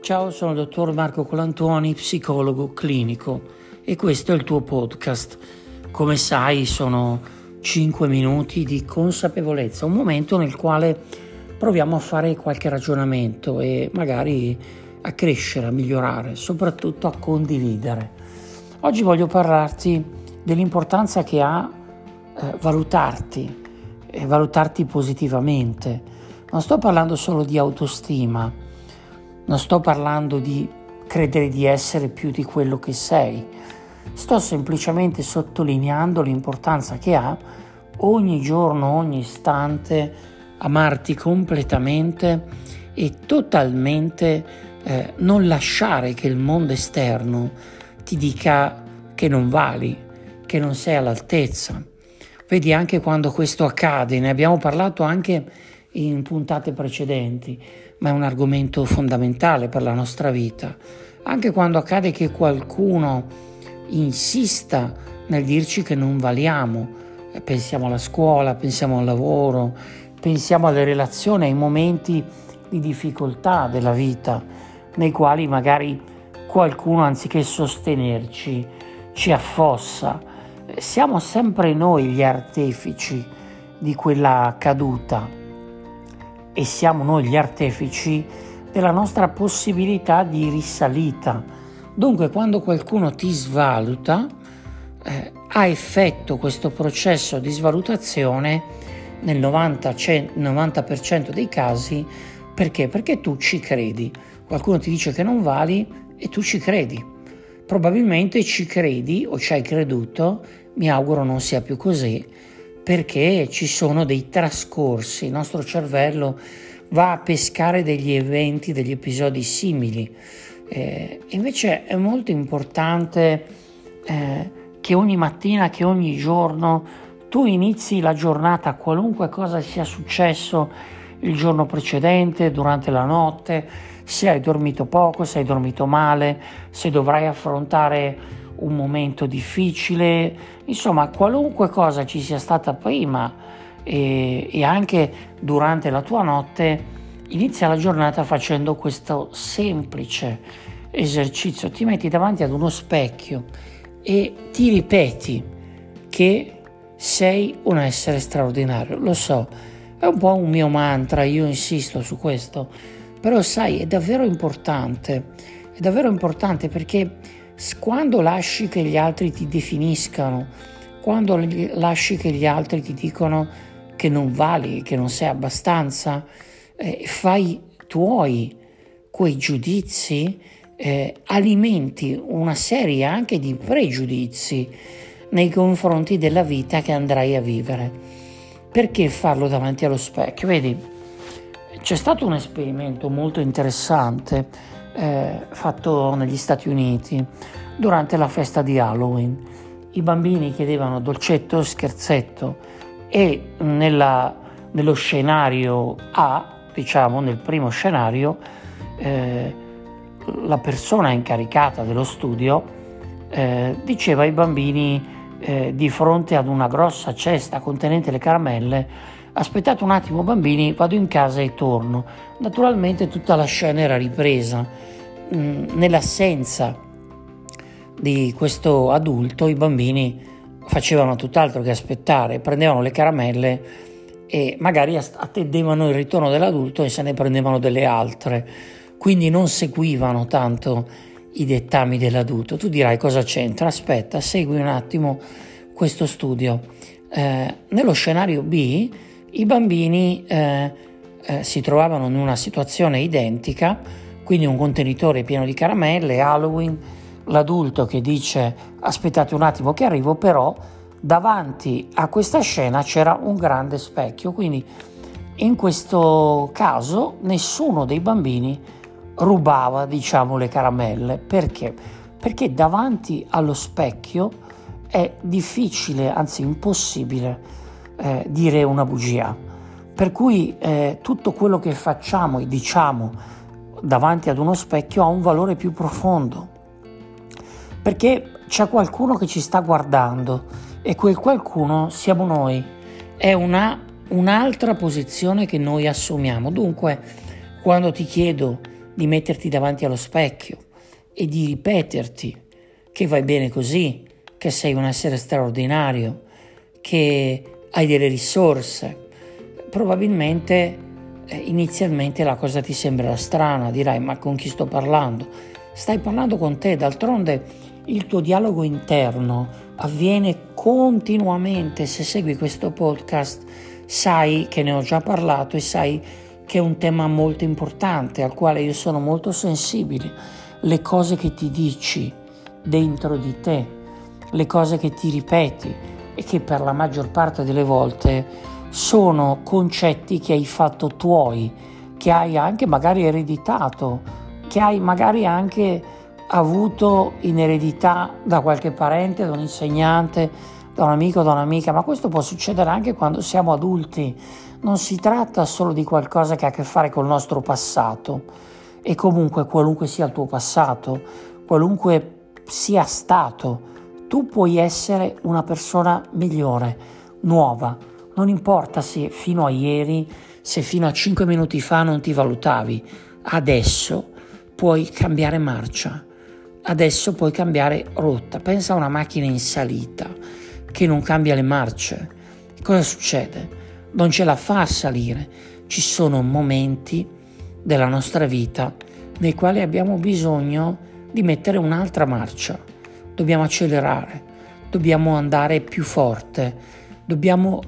Ciao, sono il dottor Marco Colantuoni, psicologo clinico e questo è il tuo podcast. Come sai, sono 5 minuti di consapevolezza, un momento nel quale proviamo a fare qualche ragionamento e magari a crescere, a migliorare, soprattutto a condividere. Oggi voglio parlarti dell'importanza che ha valutarti e valutarti positivamente. Non sto parlando solo di autostima. Non sto parlando di credere di essere più di quello che sei, sto semplicemente sottolineando l'importanza che ha ogni giorno, ogni istante, amarti completamente e totalmente non lasciare che il mondo esterno ti dica che non vali, che non sei all'altezza. Vedi, anche quando questo accade, ne abbiamo parlato anche in puntate precedenti, ma è un argomento fondamentale per la nostra vita. Anche quando accade che qualcuno insista nel dirci che non valiamo, pensiamo alla scuola, pensiamo al lavoro, pensiamo alle relazioni, ai momenti di difficoltà della vita, nei quali magari qualcuno, anziché sostenerci, ci affossa. Siamo sempre noi gli artefici di quella caduta. E siamo noi gli artefici della nostra possibilità di risalita. Dunque, quando qualcuno ti svaluta, ha effetto questo processo di svalutazione nel 90% dei casi. Perché? Perché tu ci credi. Qualcuno ti dice che non vali e tu ci credi. Probabilmente ci credi o ci hai creduto, mi auguro non sia più così, perché ci sono dei trascorsi, il nostro cervello va a pescare degli eventi, degli episodi simili. Invece è molto importante che ogni mattina, che ogni giorno tu inizi la giornata, qualunque cosa sia successo il giorno precedente, durante la notte, se hai dormito poco, se hai dormito male, se dovrai affrontare un momento difficile, insomma qualunque cosa ci sia stata prima e anche durante la tua notte, inizia la giornata facendo questo semplice esercizio. Ti metti davanti ad uno specchio e ti ripeti che sei un essere straordinario. Lo so, è un po' un mio mantra, io insisto su questo, però sai, è davvero importante perché quando lasci che gli altri ti definiscano, quando lasci che gli altri ti dicono che non vali, che non sei abbastanza, fai tuoi quei giudizi, alimenti una serie anche di pregiudizi nei confronti della vita che andrai a vivere. Perché farlo davanti allo specchio? Vedi, c'è stato un esperimento molto interessante fatto negli Stati Uniti durante la festa di Halloween. I bambini chiedevano dolcetto, scherzetto e nello scenario A, diciamo nel primo scenario, la persona incaricata dello studio diceva ai bambini di fronte ad una grossa cesta contenente le caramelle: aspettate un attimo bambini, vado in casa e torno. Naturalmente tutta la scena era ripresa. Nell'assenza di questo adulto i bambini facevano tutt'altro che aspettare, prendevano le caramelle e magari attendevano il ritorno dell'adulto e se ne prendevano delle altre, quindi non seguivano tanto i dettami dell'adulto. Tu dirai: cosa c'entra? Aspetta, segui un attimo questo studio. Nello scenario B i bambini si trovavano in una situazione identica, quindi un contenitore pieno di caramelle, Halloween, l'adulto che dice aspettate un attimo che arrivo, però davanti a questa scena c'era un grande specchio, quindi in questo caso nessuno dei bambini rubava, diciamo, le caramelle. Perché? Perché davanti allo specchio è difficile, anzi impossibile, dire una bugia. Per cui tutto quello che facciamo e diciamo davanti ad uno specchio ha un valore più profondo, perché c'è qualcuno che ci sta guardando e quel qualcuno siamo noi. È un'altra posizione che noi assumiamo. Dunque, quando ti chiedo di metterti davanti allo specchio e di ripeterti che vai bene così, che sei un essere straordinario, che hai delle risorse. Probabilmente inizialmente la cosa ti sembrerà strana, dirai: ma con chi sto parlando? Stai parlando con te, d'altronde il tuo dialogo interno avviene continuamente. Se segui questo podcast sai che ne ho già parlato e sai che è un tema molto importante al quale io sono molto sensibile. Le cose che ti dici dentro di te, le cose che ti ripeti e che per la maggior parte delle volte sono concetti che hai fatto tuoi, che hai anche magari ereditato, che hai magari anche avuto in eredità da qualche parente, da un insegnante, da un amico, da un'amica, ma questo può succedere anche quando siamo adulti. Non si tratta solo di qualcosa che ha a che fare col nostro passato, e comunque qualunque sia il tuo passato, qualunque sia stato, tu puoi essere una persona migliore, nuova. Non importa se fino a ieri, se fino a 5 minuti fa non ti valutavi, adesso puoi cambiare marcia, adesso puoi cambiare rotta. Pensa a una macchina in salita che non cambia le marce. Cosa succede? Non ce la fa a salire. Ci sono momenti della nostra vita nei quali abbiamo bisogno di mettere un'altra marcia. Dobbiamo accelerare, dobbiamo andare più forte, dobbiamo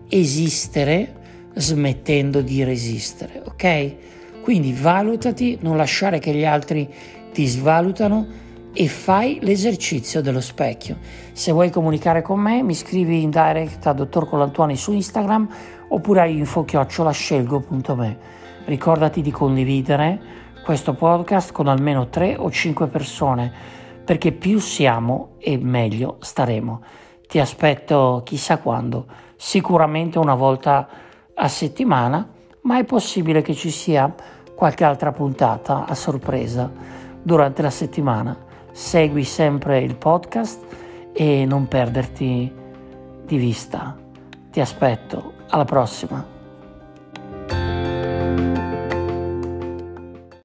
esistere smettendo di resistere, ok? Quindi valutati, non lasciare che gli altri ti svalutano e fai l'esercizio dello specchio. Se vuoi comunicare con me, mi scrivi in direct a Dottor Colantuoni su Instagram oppure a info@scelgo.me. Ricordati di condividere questo podcast con almeno 3 o 5 persone, perché più siamo e meglio staremo. Ti aspetto chissà quando, sicuramente una volta a settimana, ma è possibile che ci sia qualche altra puntata a sorpresa durante la settimana. Segui sempre il podcast e non perderti di vista. Ti aspetto, alla prossima.